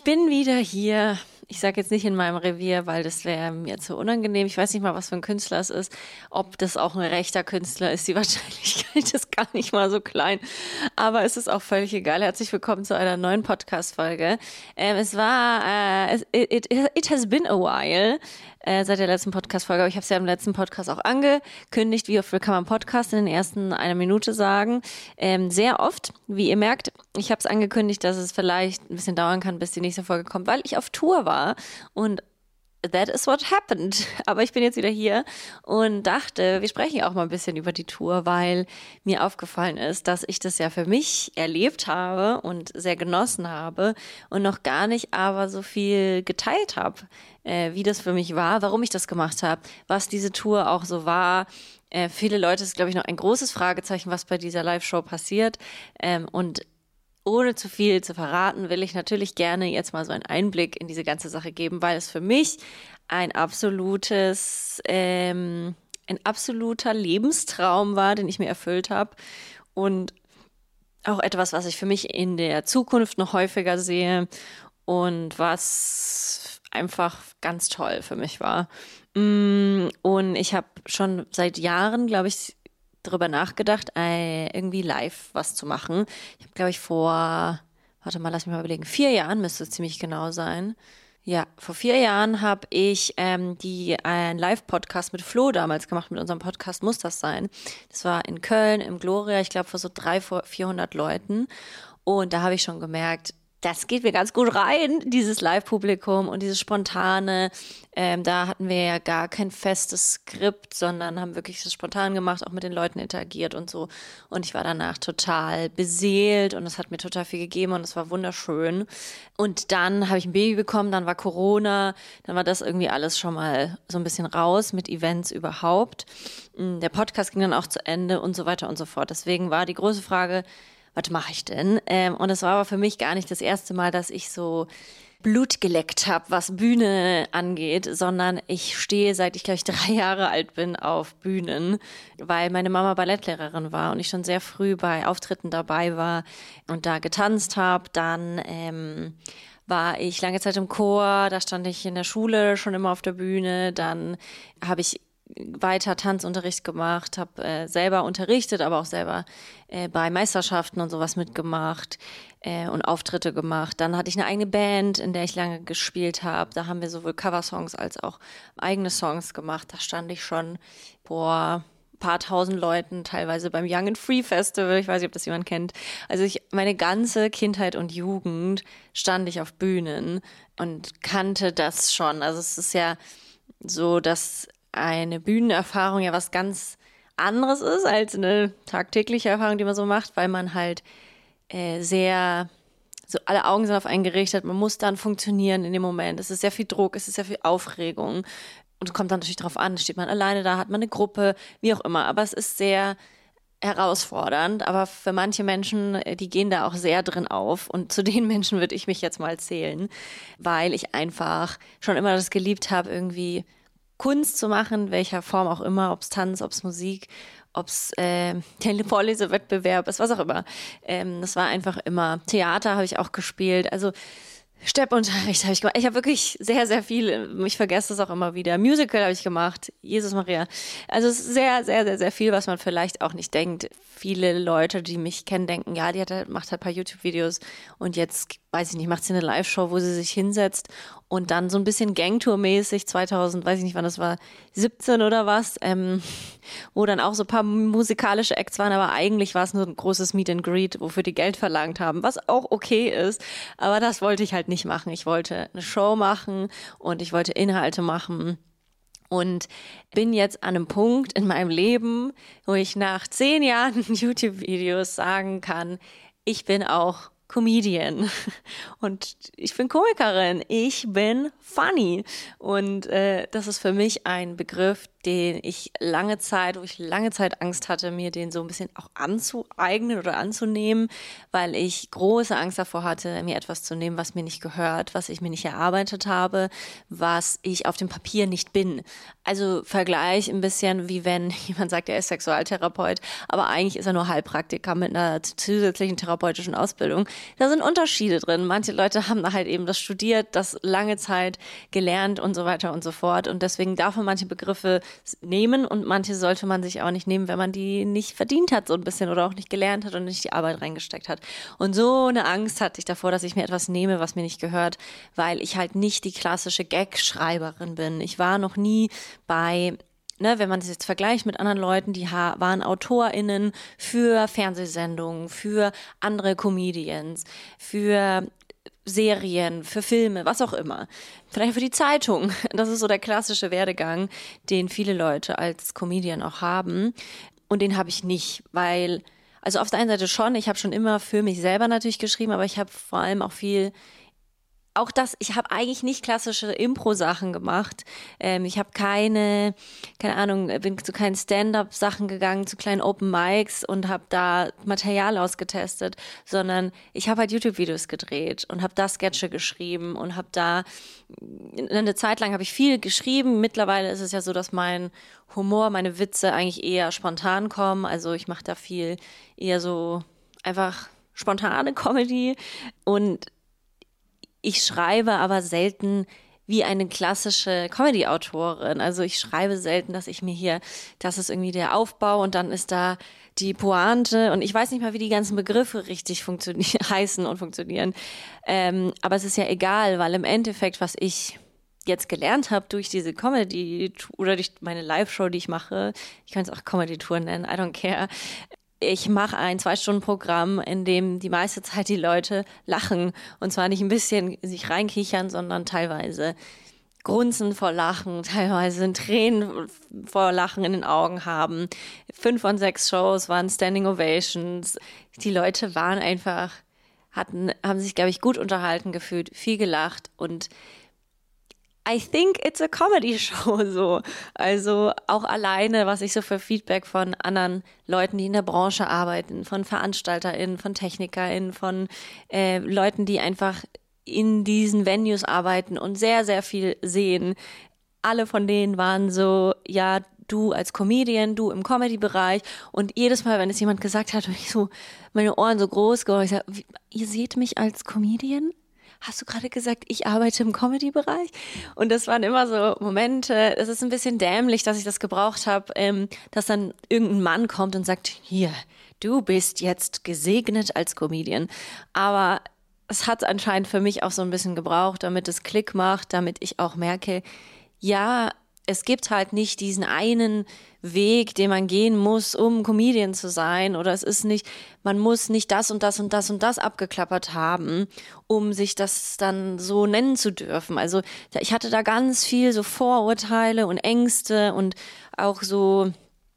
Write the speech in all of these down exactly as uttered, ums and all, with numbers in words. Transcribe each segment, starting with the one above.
bin wieder hier. Ich sage jetzt nicht in meinem Revier, weil das wäre mir zu unangenehm. Ich weiß nicht mal, was für ein Künstler es ist. Ob das auch ein rechter Künstler ist, die Wahrscheinlichkeit ist gar nicht mal so klein. Aber es ist auch völlig egal. Herzlich willkommen zu einer neuen Podcast-Folge. Ähm, es war, äh, it, it, it has been a while äh, seit der letzten Podcast-Folge. Aber ich habe es ja im letzten Podcast auch angekündigt. Wie oft kann man Podcast in den ersten einer Minute sagen? Ähm, sehr oft, wie ihr merkt. Ich habe es angekündigt, dass es vielleicht ein bisschen dauern kann, bis die nächste Folge kommt, weil ich auf Tour war. Und that is what happened. Aber ich bin jetzt wieder hier und dachte, wir sprechen auch mal ein bisschen über die Tour, weil mir aufgefallen ist, dass ich das ja für mich erlebt habe und sehr genossen habe und noch gar nicht aber so viel geteilt habe, äh, wie das für mich war, warum ich das gemacht habe, was diese Tour auch so war. Äh, viele Leute ist, glaube ich, noch ein großes Fragezeichen, was bei dieser Live-Show passiert. Ähm, und Ohne zu viel zu verraten, will ich natürlich gerne jetzt mal so einen Einblick in diese ganze Sache geben, weil es für mich ein absolutes, ähm, ein absoluter Lebenstraum war, den ich mir erfüllt habe und auch etwas, was ich für mich in der Zukunft noch häufiger sehe und was einfach ganz toll für mich war. Und ich habe schon seit Jahren, glaube ich, darüber nachgedacht, äh, irgendwie live was zu machen. Ich habe, glaube ich, vor, warte mal, lass mich mal überlegen, vier Jahren müsste es ziemlich genau sein. Ja, vor vier Jahren habe ich ähm, die einen Live-Podcast mit Flo damals gemacht, mit unserem Podcast Muss das sein. Das war in Köln, im Gloria, ich glaube vor so dreihundert, vierhundert Leuten. Und da habe ich schon gemerkt, das geht mir ganz gut rein, dieses Live-Publikum und dieses Spontane. Ähm, da hatten wir ja gar kein festes Skript, sondern haben wirklich das spontan gemacht, auch mit den Leuten interagiert und so. Und ich war danach total beseelt und es hat mir total viel gegeben und es war wunderschön. Und dann habe ich ein Baby bekommen, dann war Corona, dann war das irgendwie alles schon mal so ein bisschen raus mit Events überhaupt. Der Podcast ging dann auch zu Ende und so weiter und so fort. Deswegen war die große Frage, was mache ich denn? Ähm, und es war aber für mich gar nicht das erste Mal, dass ich so Blut geleckt habe, was Bühne angeht, sondern ich stehe, seit ich, glaube ich, drei Jahre alt bin, auf Bühnen, weil meine Mama Ballettlehrerin war und ich schon sehr früh bei Auftritten dabei war und da getanzt habe. Dann ähm, war ich lange Zeit im Chor, da stand ich in der Schule schon immer auf der Bühne. Dann habe ich weiter Tanzunterricht gemacht, habe äh, selber unterrichtet, aber auch selber äh, bei Meisterschaften und sowas mitgemacht äh, und Auftritte gemacht. Dann hatte ich eine eigene Band, in der ich lange gespielt habe. Da haben wir sowohl Coversongs als auch eigene Songs gemacht. Da stand ich schon vor ein paar tausend Leuten, teilweise beim Young and Free Festival. Ich weiß nicht, ob das jemand kennt. Also ich, meine ganze Kindheit und Jugend stand ich auf Bühnen und kannte das schon. Also es ist ja so, dass eine Bühnenerfahrung ja was ganz anderes ist als eine tagtägliche Erfahrung, die man so macht, weil man halt äh, sehr, so alle Augen sind auf einen gerichtet, man muss dann funktionieren in dem Moment. Es ist sehr viel Druck, es ist sehr viel Aufregung und es kommt dann natürlich darauf an, steht man alleine da, hat man eine Gruppe, wie auch immer, aber es ist sehr herausfordernd, aber für manche Menschen, die gehen da auch sehr drin auf und zu den Menschen würde ich mich jetzt mal zählen, weil ich einfach schon immer das geliebt habe, irgendwie Kunst zu machen, welcher Form auch immer, ob es Tanz, ob es Musik, ob es äh, der Vorlesewettbewerb ist, was auch immer. Ähm, das war einfach immer. Theater habe ich auch gespielt, also Steppunterricht habe ich gemacht. Ich habe wirklich sehr, sehr viel, ich vergesse das auch immer wieder. Musical habe ich gemacht, Jesus Maria. Also es ist sehr, sehr, sehr, sehr viel, was man vielleicht auch nicht denkt. Viele Leute, die mich kennen, denken, ja, die hat halt, macht halt ein paar YouTube-Videos und jetzt, weiß ich nicht, macht sie eine Live-Show, wo sie sich hinsetzt und dann so ein bisschen Gangtour-mäßig, zweitausend, weiß ich nicht, wann das war, siebzehn oder was, ähm, wo dann auch so ein paar musikalische Acts waren, aber eigentlich war es nur ein großes Meet and Greet, wofür die Geld verlangt haben, was auch okay ist, aber das wollte ich halt nicht machen. Ich wollte eine Show machen und ich wollte Inhalte machen. Und bin jetzt an einem Punkt in meinem Leben, wo ich nach zehn Jahren YouTube-Videos sagen kann, ich bin auch Comedian und ich bin Komikerin, ich bin funny. Und äh, das ist für mich ein Begriff, den ich lange Zeit, wo ich lange Zeit Angst hatte, mir den so ein bisschen auch anzueignen oder anzunehmen, weil ich große Angst davor hatte, mir etwas zu nehmen, was mir nicht gehört, was ich mir nicht erarbeitet habe, was ich auf dem Papier nicht bin. Also Vergleich ein bisschen wie wenn jemand sagt, er ist Sexualtherapeut, aber eigentlich ist er nur Heilpraktiker mit einer zusätzlichen therapeutischen Ausbildung. Da sind Unterschiede drin. Manche Leute haben da halt eben das studiert, das lange Zeit gelernt und so weiter und so fort. Und deswegen darf man manche Begriffe nehmen und manche sollte man sich auch nicht nehmen, wenn man die nicht verdient hat so ein bisschen oder auch nicht gelernt hat und nicht die Arbeit reingesteckt hat. Und so eine Angst hatte ich davor, dass ich mir etwas nehme, was mir nicht gehört, weil ich halt nicht die klassische Gag-Schreiberin bin. Ich war noch nie bei Ne, wenn man das jetzt vergleicht mit anderen Leuten, die ha- waren AutorInnen für Fernsehsendungen, für andere Comedians, für Serien, für Filme, was auch immer. Vielleicht für die Zeitung. Das ist so der klassische Werdegang, den viele Leute als Comedian auch haben. Und den habe ich nicht, weil, also auf der einen Seite schon, ich habe schon immer für mich selber natürlich geschrieben, aber ich habe vor allem auch viel Auch das, ich habe eigentlich nicht klassische Impro-Sachen gemacht. Ähm, ich habe keine, keine Ahnung, bin zu keinen Stand-up-Sachen gegangen, zu kleinen Open Mics und habe da Material ausgetestet, sondern ich habe halt YouTube-Videos gedreht und habe da Sketche geschrieben und habe da, eine Zeit lang habe ich viel geschrieben. Mittlerweile ist es ja so, dass mein Humor, meine Witze eigentlich eher spontan kommen. Also ich mache da viel eher so einfach spontane Comedy und ich schreibe aber selten wie eine klassische Comedy-Autorin. Also ich schreibe selten, dass ich mir hier, das ist irgendwie der Aufbau und dann ist da die Pointe und ich weiß nicht mal, wie die ganzen Begriffe richtig funktionieren, heißen und funktionieren. Ähm, aber es ist ja egal, weil im Endeffekt, was ich jetzt gelernt habe durch diese Comedy oder durch meine Live-Show, die ich mache, ich kann es auch Comedy-Tour nennen, I don't care, ich mache ein Zwei-Stunden-Programm, in dem die meiste Zeit die Leute lachen. Und zwar nicht ein bisschen sich reinkichern, sondern teilweise grunzen vor Lachen, teilweise Tränen vor Lachen in den Augen haben. Fünf von sechs Shows waren Standing Ovations. Die Leute waren einfach, hatten, haben sich, glaube ich, gut unterhalten gefühlt, viel gelacht und I think it's a comedy show, so. Also auch alleine, was ich so für Feedback von anderen Leuten, die in der Branche arbeiten, von VeranstalterInnen, von TechnikerInnen, von äh, Leuten, die einfach in diesen Venues arbeiten und sehr, sehr viel sehen. Alle von denen waren so, ja, du als Comedian, du im Comedy-Bereich und jedes Mal, wenn es jemand gesagt hat, habe ich so meine Ohren so groß gemacht, ich sag, wie, ihr seht mich als Comedian? Hast du gerade gesagt, ich arbeite im Comedy-Bereich? Und das waren immer so Momente, es ist ein bisschen dämlich, dass ich das gebraucht habe, ähm, dass dann irgendein Mann kommt und sagt, hier, du bist jetzt gesegnet als Comedian. Aber es hat anscheinend für mich auch so ein bisschen gebraucht, damit es Klick macht, damit ich auch merke, ja, es gibt halt nicht diesen einen Weg, den man gehen muss, um Comedian zu sein. Oder es ist nicht, man muss nicht das und das und das und das abgeklappert haben, um sich das dann so nennen zu dürfen. Also ich hatte da ganz viel so Vorurteile und Ängste und auch so,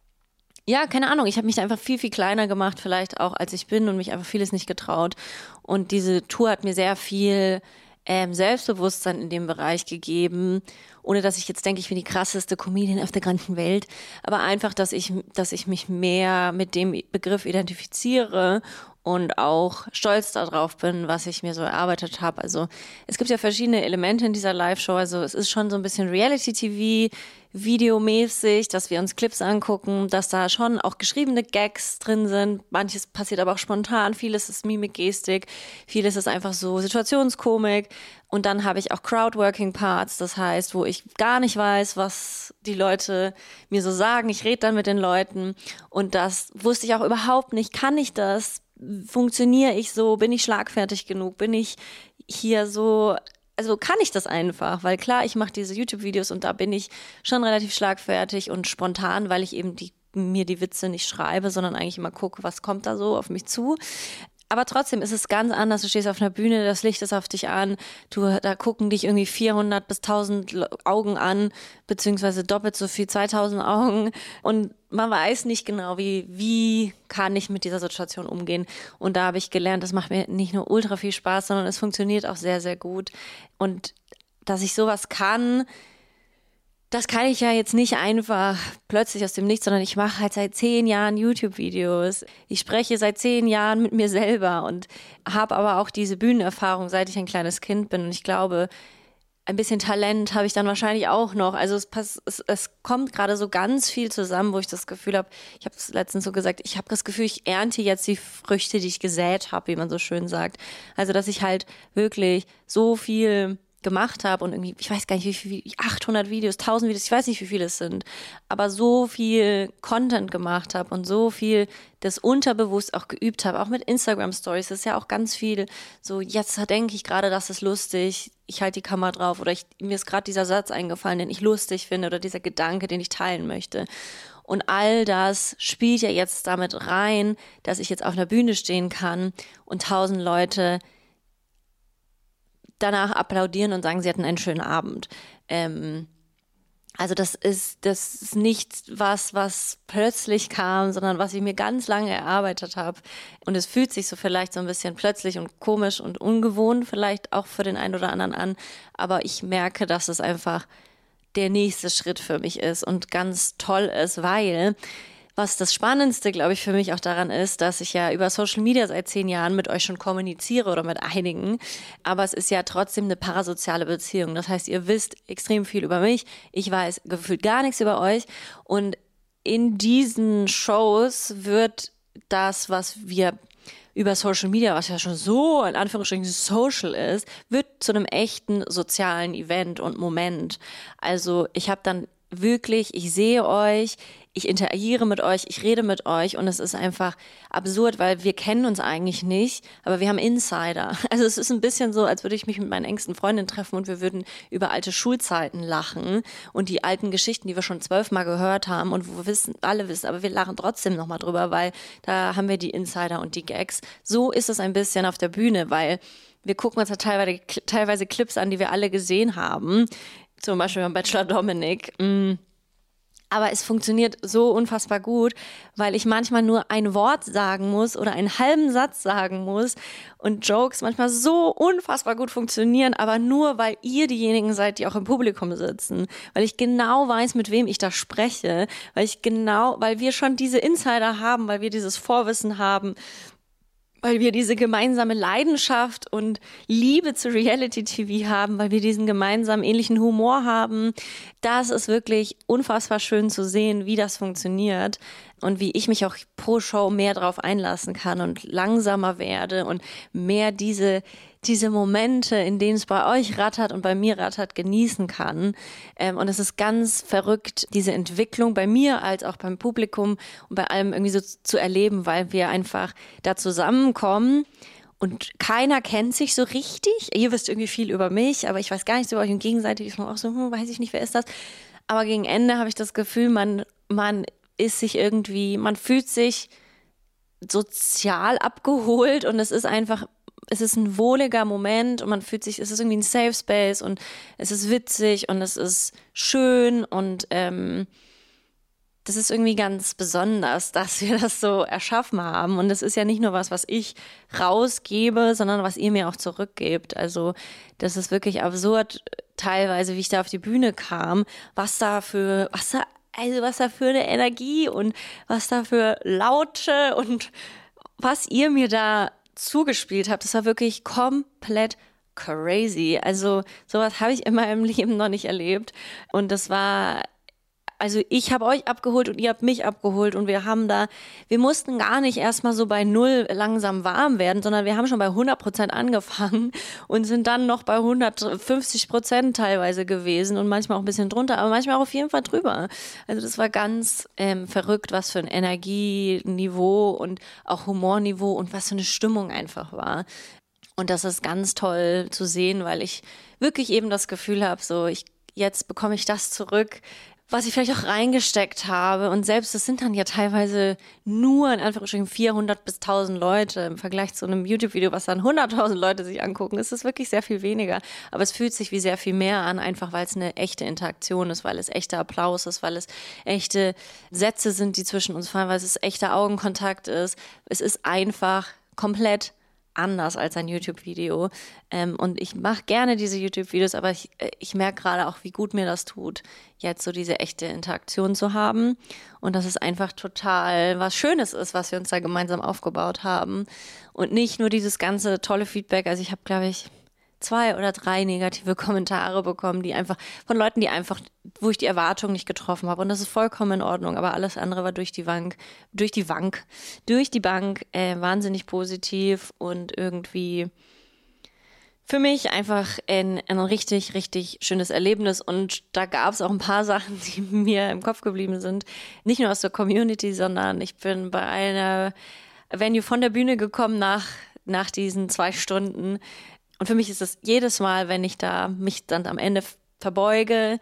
ja, keine Ahnung, ich habe mich da einfach viel, viel kleiner gemacht, vielleicht auch als ich bin und mich einfach vieles nicht getraut. Und diese Tour hat mir sehr viel ähm, Selbstbewusstsein in dem Bereich gegeben, ohne dass ich jetzt denke, ich bin die krasseste Comedian auf der ganzen Welt, aber einfach, dass ich, dass ich mich mehr mit dem Begriff identifiziere und auch stolz darauf bin, was ich mir so erarbeitet habe. Also es gibt ja verschiedene Elemente in dieser Live-Show, also es ist schon so ein bisschen Reality-T V, videomäßig, dass wir uns Clips angucken, dass da schon auch geschriebene Gags drin sind. Manches passiert aber auch spontan, vieles ist Mimik, Gestik, vieles ist einfach so Situationskomik. Und dann habe ich auch Crowdworking-Parts, das heißt, wo ich gar nicht weiß, was die Leute mir so sagen. Ich rede dann mit den Leuten und das wusste ich auch überhaupt nicht. Kann ich das? Funktioniere ich so? Bin ich schlagfertig genug? Bin ich hier so... Also kann ich das einfach, weil klar, ich mache diese YouTube-Videos und da bin ich schon relativ schlagfertig und spontan, weil ich eben die, mir die Witze nicht schreibe, sondern eigentlich immer gucke, was kommt da so auf mich zu. Aber trotzdem ist es ganz anders. Du stehst auf einer Bühne, das Licht ist auf dich an. Du, da gucken dich irgendwie vierhundert bis tausend Augen an, beziehungsweise doppelt so viel, zweitausend Augen. Und man weiß nicht genau, wie, wie kann ich mit dieser Situation umgehen. Und da habe ich gelernt, das macht mir nicht nur ultra viel Spaß, sondern es funktioniert auch sehr, sehr gut. Und dass ich sowas kann, Das kann ich ja jetzt nicht einfach plötzlich aus dem Nichts, sondern ich mache halt seit zehn Jahren YouTube-Videos. Ich spreche seit zehn Jahren mit mir selber und habe aber auch diese Bühnenerfahrung, seit ich ein kleines Kind bin. Und ich glaube, ein bisschen Talent habe ich dann wahrscheinlich auch noch. Also es, pass, es, es kommt gerade so ganz viel zusammen, wo ich das Gefühl habe, ich habe es letztens so gesagt, ich habe das Gefühl, ich ernte jetzt die Früchte, die ich gesät habe, wie man so schön sagt. Also dass ich halt wirklich so viel gemacht habe und irgendwie, ich weiß gar nicht, wie viel, achthundert Videos, tausend Videos, ich weiß nicht, wie viele es sind, aber so viel Content gemacht habe und so viel das unterbewusst auch geübt habe, auch mit Instagram-Stories, das ist ja auch ganz viel so, jetzt denke ich gerade, das ist lustig, ich halte die Kamera drauf oder ich, mir ist gerade dieser Satz eingefallen, den ich lustig finde oder dieser Gedanke, den ich teilen möchte. Und all das spielt ja jetzt damit rein, dass ich jetzt auf einer Bühne stehen kann und tausend Leute danach applaudieren und sagen, sie hatten einen schönen Abend. Ähm, also das ist, das ist nichts, was, was plötzlich kam, sondern was ich mir ganz lange erarbeitet habe. Und es fühlt sich so vielleicht so ein bisschen plötzlich und komisch und ungewohnt vielleicht auch für den einen oder anderen an. Aber ich merke, dass es einfach der nächste Schritt für mich ist und ganz toll ist, weil was das Spannendste, glaube ich, für mich auch daran ist, dass ich ja über Social Media seit zehn Jahren mit euch schon kommuniziere oder mit einigen, aber es ist ja trotzdem eine parasoziale Beziehung. Das heißt, ihr wisst extrem viel über mich, ich weiß gefühlt gar nichts über euch und in diesen Shows wird das, was wir über Social Media, was ja schon so in Anführungsstrichen social ist, wird zu einem echten sozialen Event und Moment. Also ich habe dann wirklich, ich sehe euch, ich interagiere mit euch, ich rede mit euch und es ist einfach absurd, weil wir kennen uns eigentlich nicht, aber wir haben Insider. Also es ist ein bisschen so, als würde ich mich mit meinen engsten Freundinnen treffen und wir würden über alte Schulzeiten lachen und die alten Geschichten, die wir schon zwölfmal gehört haben und wo wir wissen, alle wissen, aber wir lachen trotzdem nochmal drüber, weil da haben wir die Insider und die Gags. So ist es ein bisschen auf der Bühne, weil wir gucken uns ja teilweise, teilweise Clips an, die wir alle gesehen haben, zum Beispiel beim Bachelor Dominik. Aber es funktioniert so unfassbar gut, weil ich manchmal nur ein Wort sagen muss oder einen halben Satz sagen muss und Jokes manchmal so unfassbar gut funktionieren, aber nur, weil ihr diejenigen seid, die auch im Publikum sitzen. Weil ich genau weiß, mit wem ich da spreche, weil ich genau, weil wir schon diese Insider haben, weil wir dieses Vorwissen haben, weil wir diese gemeinsame Leidenschaft und Liebe zu Reality-T V haben, weil wir diesen gemeinsamen ähnlichen Humor haben. Das ist wirklich unfassbar schön zu sehen, wie das funktioniert und wie ich mich auch pro Show mehr drauf einlassen kann und langsamer werde und mehr diese diese Momente, in denen es bei euch rattert und bei mir rattert, genießen kann. Ähm, und es ist ganz verrückt, diese Entwicklung bei mir als auch beim Publikum und bei allem irgendwie so zu erleben, weil wir einfach da zusammenkommen und keiner kennt sich so richtig. Ihr wisst irgendwie viel über mich, aber ich weiß gar nichts über euch und gegenseitig ist man auch so, hm, weiß ich nicht, wer ist das? Aber gegen Ende habe ich das Gefühl, man, man ist sich irgendwie, man fühlt sich sozial abgeholt und es ist einfach es ist ein wohliger Moment und man fühlt sich, es ist irgendwie ein Safe Space und es ist witzig und es ist schön und ähm, das ist irgendwie ganz besonders, dass wir das so erschaffen haben und es ist ja nicht nur was, was ich rausgebe, sondern was ihr mir auch zurückgebt. Also das ist wirklich absurd teilweise, wie ich da auf die Bühne kam, was da für, was da, also was da für eine Energie und was da für Laute und was ihr mir da zugespielt habe, das war wirklich komplett crazy. Also sowas habe ich in meinem Leben noch nicht erlebt. Und das war, also ich habe euch abgeholt und ihr habt mich abgeholt und wir haben da, wir mussten gar nicht erstmal so bei null langsam warm werden, sondern wir haben schon bei hundert Prozent angefangen und sind dann noch bei hundertfünfzig Prozent teilweise gewesen und manchmal auch ein bisschen drunter, aber manchmal auch auf jeden Fall drüber. Also das war ganz ähm, verrückt, was für ein Energieniveau und auch Humorniveau und was für eine Stimmung einfach war. Und das ist ganz toll zu sehen, weil ich wirklich eben das Gefühl habe, so ich jetzt bekomme ich das zurück, was ich vielleicht auch reingesteckt habe. Und selbst das sind dann ja teilweise nur in Anführungsstrichen vierhundert bis tausend Leute im Vergleich zu einem YouTube-Video, was dann hunderttausend Leute sich angucken. Es ist wirklich sehr viel weniger. Aber es fühlt sich wie sehr viel mehr an, einfach weil es eine echte Interaktion ist, weil es echter Applaus ist, weil es echte Sätze sind, die zwischen uns fallen, weil es echter Augenkontakt ist. Es ist einfach komplett anders als ein YouTube-Video. Ähm, und ich mache gerne diese YouTube-Videos, aber ich, ich merke gerade auch, wie gut mir das tut, jetzt so diese echte Interaktion zu haben. Und dass es einfach total was Schönes ist, was wir uns da gemeinsam aufgebaut haben. Und nicht nur dieses ganze tolle Feedback. Also ich habe, glaube ich, zwei oder drei negative Kommentare bekommen, die einfach von Leuten, die einfach, wo ich die Erwartung nicht getroffen habe. Und das ist vollkommen in Ordnung. Aber alles andere war durch die Bank, durch die Bank, durch die Bank äh, wahnsinnig positiv und irgendwie für mich einfach ein, ein richtig, richtig schönes Erlebnis. Und da gab es auch ein paar Sachen, die mir im Kopf geblieben sind. Nicht nur aus der Community, sondern ich bin bei einer Venue von der Bühne gekommen nach, nach diesen zwei Stunden. Und für mich ist es jedes Mal, wenn ich da mich dann am Ende verbeuge,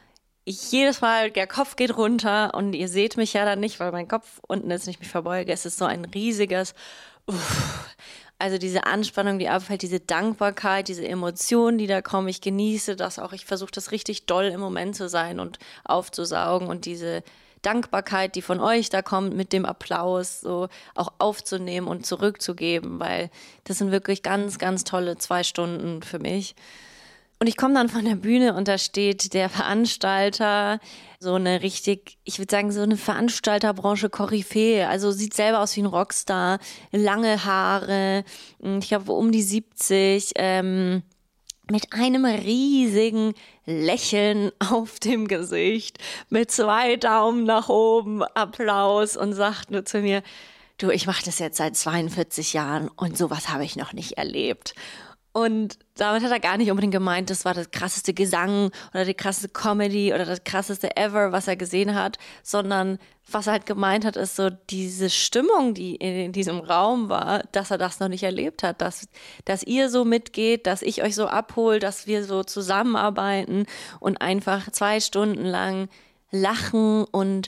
ich jedes Mal, der Kopf geht runter und ihr seht mich ja dann nicht, weil mein Kopf unten ist, wenn ich mich verbeuge. Es ist so ein riesiges, uff, also diese Anspannung, die abfällt, diese Dankbarkeit, diese Emotionen, die da kommen. Ich genieße das auch. Ich versuche das richtig doll im Moment zu sein und aufzusaugen und diese Dankbarkeit, die von euch da kommt, mit dem Applaus so auch aufzunehmen und zurückzugeben, weil das sind wirklich ganz, ganz tolle zwei Stunden für mich. Und ich komme dann von der Bühne und da steht der Veranstalter, so eine richtig, ich würde sagen, so eine Veranstalterbranche Koryphäe, also sieht selber aus wie ein Rockstar, lange Haare, ich glaube um die siebzig, ähm, mit einem riesigen Lächeln auf dem Gesicht, mit zwei Daumen nach oben, Applaus und sagt nur zu mir, du, ich mache das jetzt seit zweiundvierzig Jahren und sowas habe ich noch nicht erlebt. Und damit hat er gar nicht unbedingt gemeint, das war das krasseste Gesang oder die krasseste Comedy oder das krasseste ever, was er gesehen hat, sondern was er halt gemeint hat, ist so diese Stimmung, die in diesem Raum war, dass er das noch nicht erlebt hat, dass, dass ihr so mitgeht, dass ich euch so abhole, dass wir so zusammenarbeiten und einfach zwei Stunden lang lachen und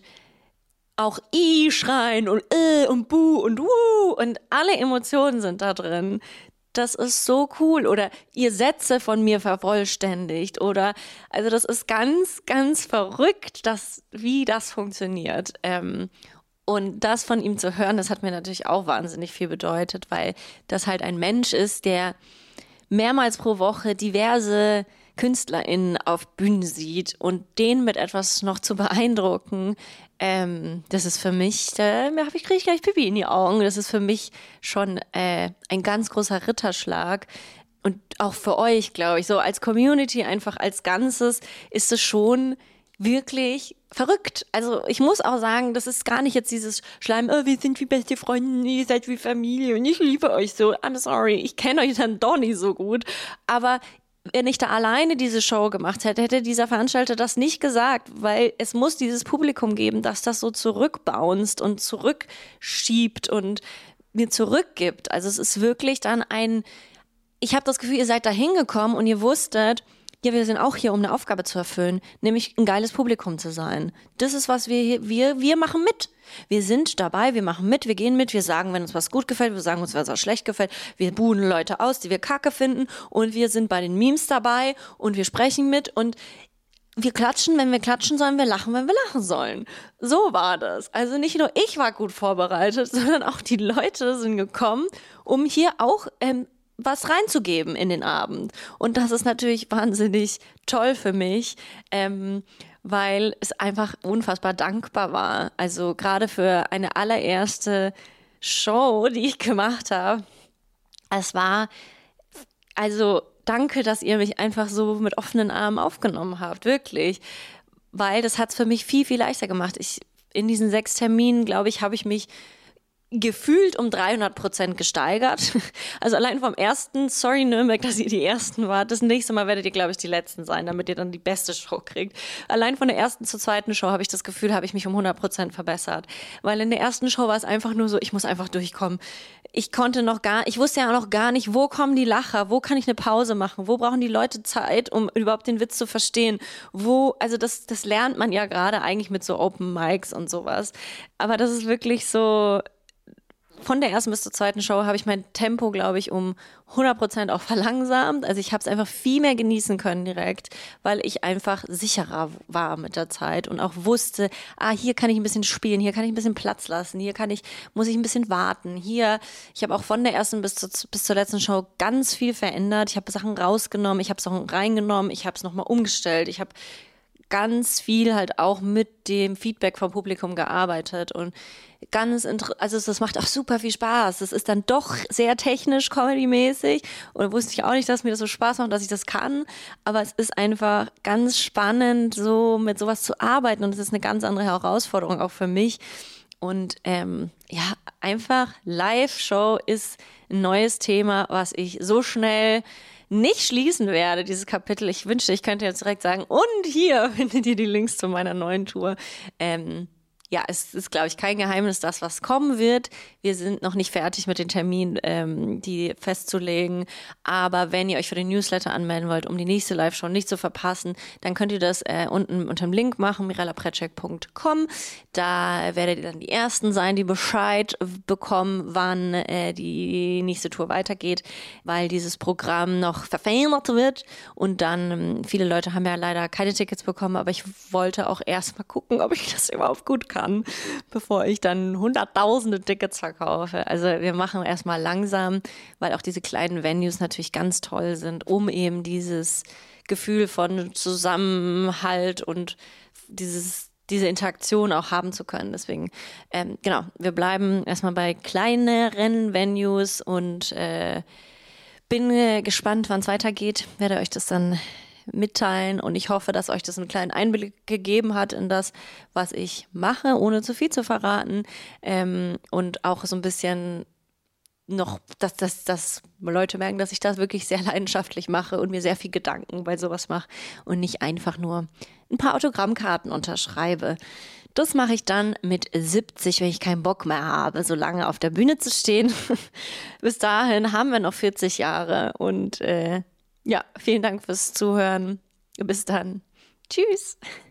auch I schreien und äh und buh und wuh und alle Emotionen sind da drin. Das ist so cool. Oder ihr Sätze von mir vervollständigt. Oder, also das ist ganz, ganz verrückt, dass, wie das funktioniert. Ähm, und das von ihm zu hören, das hat mir natürlich auch wahnsinnig viel bedeutet, weil das halt ein Mensch ist, der mehrmals pro Woche diverse KünstlerInnen auf Bühnen sieht und den mit etwas noch zu beeindrucken, ähm, das ist für mich, da hab ich, kriege ich gleich Pipi in die Augen, das ist für mich schon äh, ein ganz großer Ritterschlag. Und auch für euch, glaube ich, so als Community, einfach als Ganzes, ist es schon wirklich verrückt. Also ich muss auch sagen, das ist gar nicht jetzt dieses Schleim, oh, wir sind wie beste Freunde, ihr seid wie Familie und ich liebe euch so. I'm sorry, ich kenne euch dann doch nicht so gut. Aber wenn ich da alleine diese Show gemacht hätte, hätte dieser Veranstalter das nicht gesagt, weil es muss dieses Publikum geben, das das so zurückbounced und zurückschiebt und mir zurückgibt. Also es ist wirklich dann ein, ich habe das Gefühl, ihr seid da hingekommen und ihr wusstet, ja, wir sind auch hier, um eine Aufgabe zu erfüllen, nämlich ein geiles Publikum zu sein. Das ist, was wir hier, wir, wir machen mit. Wir sind dabei, wir machen mit, wir gehen mit, wir sagen, wenn uns was gut gefällt, wir sagen uns, was schlecht gefällt, wir buhen Leute aus, die wir kacke finden und wir sind bei den Memes dabei und wir sprechen mit und wir klatschen, wenn wir klatschen sollen, wir lachen, wenn wir lachen sollen. So war das. Also nicht nur ich war gut vorbereitet, sondern auch die Leute sind gekommen, um hier auch ähm, was reinzugeben in den Abend. Und das ist natürlich wahnsinnig toll für mich, ähm, weil es einfach unfassbar dankbar war. Also gerade für eine allererste Show, die ich gemacht habe. Es war, also danke, dass ihr mich einfach so mit offenen Armen aufgenommen habt, wirklich. Weil das hat es für mich viel, viel leichter gemacht. Ich, in diesen sechs Terminen, glaube ich, habe ich mich gefühlt um dreihundert Prozent gesteigert. Also allein vom ersten, sorry Nürnberg, dass ihr die Ersten wart. Das nächste Mal werdet ihr, glaube ich, die Letzten sein, damit ihr dann die beste Show kriegt. Allein von der ersten zur zweiten Show habe ich das Gefühl, habe ich mich um hundert Prozent verbessert. Weil in der ersten Show war es einfach nur so, ich muss einfach durchkommen. Ich konnte noch gar, ich wusste ja noch gar nicht, wo kommen die Lacher, wo kann ich eine Pause machen, wo brauchen die Leute Zeit, um überhaupt den Witz zu verstehen. Wo, also das, das lernt man ja gerade eigentlich mit so Open Mics und sowas. Aber das ist wirklich so, von der ersten bis zur zweiten Show habe ich mein Tempo, glaube ich, um hundert Prozent auch verlangsamt. Also ich habe es einfach viel mehr genießen können direkt, weil ich einfach sicherer war mit der Zeit und auch wusste, ah, hier kann ich ein bisschen spielen, hier kann ich ein bisschen Platz lassen, hier kann ich, muss ich ein bisschen warten. Hier, ich habe auch von der ersten bis zur, bis zur letzten Show ganz viel verändert. Ich habe Sachen rausgenommen, ich habe Sachen reingenommen, ich habe es nochmal umgestellt, ich habe ganz viel halt auch mit dem Feedback vom Publikum gearbeitet und ganz inter- also das macht auch super viel Spaß. Das ist dann doch sehr technisch, Comedy-mäßig und da wusste ich auch nicht, dass mir das so Spaß macht, dass ich das kann, aber es ist einfach ganz spannend, so mit sowas zu arbeiten und es ist eine ganz andere Herausforderung auch für mich und ähm, ja, einfach Live-Show ist ein neues Thema, was ich so schnell nicht schließen werde, dieses Kapitel. Ich wünschte, ich könnte jetzt direkt sagen, und hier findet ihr die Links zu meiner neuen Tour. Ähm, ja, es ist, glaube ich, kein Geheimnis, das, was kommen wird. Wir sind noch nicht fertig mit den Terminen, ähm, die festzulegen. Aber wenn ihr euch für den Newsletter anmelden wollt, um die nächste Live-Show nicht zu verpassen, dann könnt ihr das äh, unten unter dem Link machen, mirellapretschek punkt com. Da werdet ihr dann die Ersten sein, die Bescheid bekommen, wann äh, die nächste Tour weitergeht, weil dieses Programm noch verfeinert wird. Und dann, ähm, viele Leute haben ja leider keine Tickets bekommen, aber ich wollte auch erst mal gucken, ob ich das überhaupt gut kann, bevor ich dann hunderttausende Tickets verkaufe. Also wir machen erstmal langsam, weil auch diese kleinen Venues natürlich ganz toll sind, um eben dieses Gefühl von Zusammenhalt und dieses diese Interaktion auch haben zu können. Deswegen, ähm, genau, wir bleiben erstmal bei kleineren Venues und äh, bin äh, gespannt, wann es weitergeht. Werde euch das dann mitteilen und ich hoffe, dass euch das einen kleinen Einblick gegeben hat in das, was ich mache, ohne zu viel zu verraten ähm, und auch so ein bisschen noch, dass, dass, dass Leute merken, dass ich das wirklich sehr leidenschaftlich mache und mir sehr viel Gedanken bei sowas mache und nicht einfach nur ein paar Autogrammkarten unterschreibe. Das mache ich dann mit siebzig, wenn ich keinen Bock mehr habe, so lange auf der Bühne zu stehen. Bis dahin haben wir noch vierzig Jahre und äh, ja, vielen Dank fürs Zuhören. Bis dann. Tschüss.